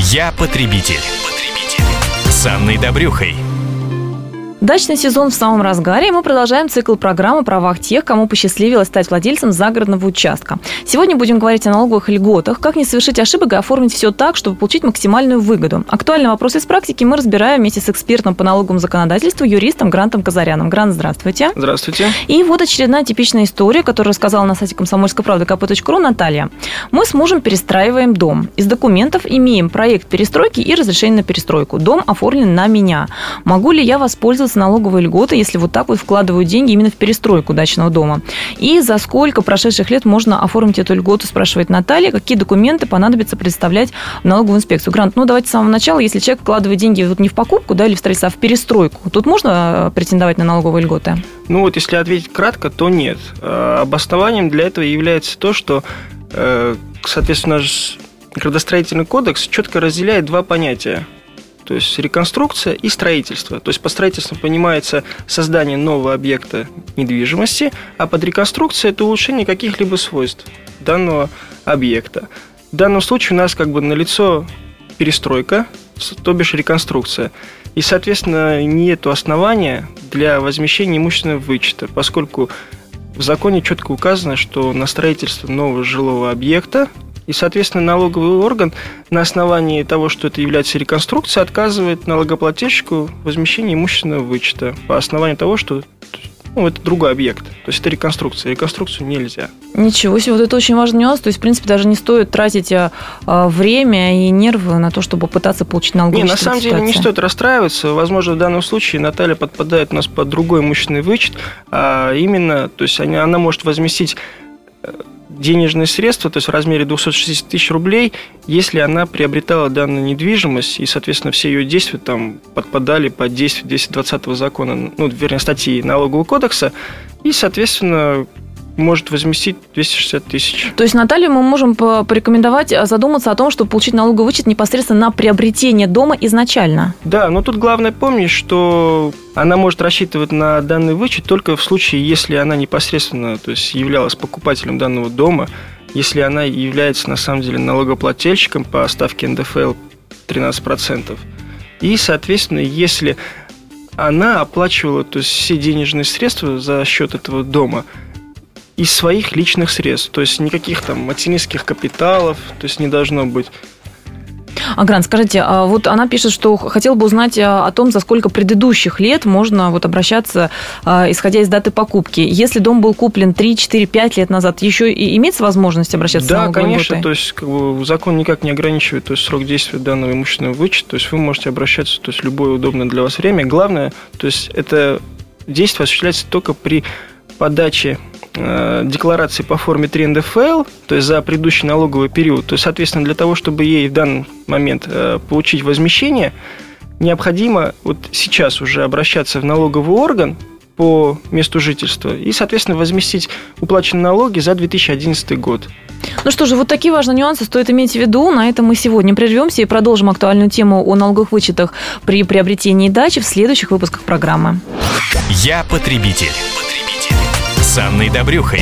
Я потребитель. С Анной Добрюхой. Дачный сезон в самом разгаре, и мы продолжаем цикл программы о правах тех, кому посчастливилось стать владельцем загородного участка. Сегодня будем говорить о налоговых льготах, как не совершить ошибок и оформить все так, чтобы получить максимальную выгоду. Актуальные вопросы из практики мы разбираем вместе с экспертом по налоговому законодательству, юристом Грантом Казаряном. Грант, здравствуйте. Здравствуйте. И вот очередная типичная история, которую рассказала на сайте комсомольскаправда.кп.ру Наталья. Мы с мужем перестраиваем дом. Из документов имеем проект перестройки и разрешение на перестройку. Дом оформлен на меня. Могу ли я воспользоваться налоговой льготой, если вот так вот вкладываю деньги именно в перестройку дачного дома? И за сколько прошедших лет можно оформить эту льготу, спрашивает Наталья. Какие документы понадобится представлять в налоговую инспекцию? Грант, давайте с самого начала. Если человек вкладывает деньги вот не в покупку, или в строительство, а в перестройку, тут можно претендовать на налоговые льготы? Если ответить кратко, то нет. Обоснованием для этого является то, что, соответственно, наш градостроительный кодекс четко разделяет два понятия. То есть реконструкция и строительство. То есть под строительством понимается создание нового объекта недвижимости, а под реконструкцией это улучшение каких-либо свойств данного объекта. В данном случае у нас налицо перестройка, то бишь реконструкция. И, соответственно, нет основания для возмещения имущественного вычета, поскольку в законе четко указано, что на строительство нового жилого объекта и, соответственно, налоговый орган на основании того, что это является реконструкцией, отказывает налогоплательщику в возмещении имущественного вычета по основанию того, что это другой объект. То есть это реконструкция. Реконструкцию нельзя. Ничего себе, вот это очень важный нюанс. То есть, в принципе, даже не стоит тратить время и нервы на то, чтобы пытаться получить налоговый вычет. На самом деле не стоит расстраиваться. Возможно, в данном случае Наталья подпадает у нас под другой имущественный вычет, а именно, то есть она может возместить денежные средства, то есть в размере 260 тысяч рублей, если она приобретала данную недвижимость, и, соответственно, все ее действия подпадали под действие 220 закона, статьи Налогового кодекса, и, соответственно, может возместить 260 тысяч. То есть Наталью мы можем порекомендовать задуматься о том, чтобы получить налоговый вычет непосредственно на приобретение дома изначально. Да, но тут главное помнить, что она может рассчитывать на данный вычет только в случае, если она непосредственно, то есть являлась покупателем данного дома, если она является на самом деле налогоплательщиком по ставке НДФЛ 13%. И, соответственно, если она оплачивала, то есть все денежные средства за счет этого дома из своих личных средств, то есть никаких материнских капиталов, то есть не должно быть. Грант, скажите, вот она пишет, что хотела бы узнать о том, за сколько предыдущих лет можно обращаться, исходя из даты покупки. Если дом был куплен 3, 4, 5 лет назад, еще и имеется возможность обращаться с налоговой льготой? Да, конечно, то есть закон никак не ограничивает срок действия данного имущественного вычета, то есть вы можете обращаться в любое удобное для вас время. Главное, то есть это действие осуществляется только при подаче декларации по форме 3 НДФЛ, то есть за предыдущий налоговый период. То есть, соответственно, для того, чтобы ей в данный момент получить возмещение, необходимо сейчас уже обращаться в налоговый орган по месту жительства и, соответственно, возместить уплаченные налоги за 2011 год. Что же, такие важные нюансы стоит иметь в виду. На этом мы сегодня прервемся и продолжим актуальную тему о налоговых вычетах при приобретении дачи в следующих выпусках программы. Я потребитель. С Анной Добрюхой.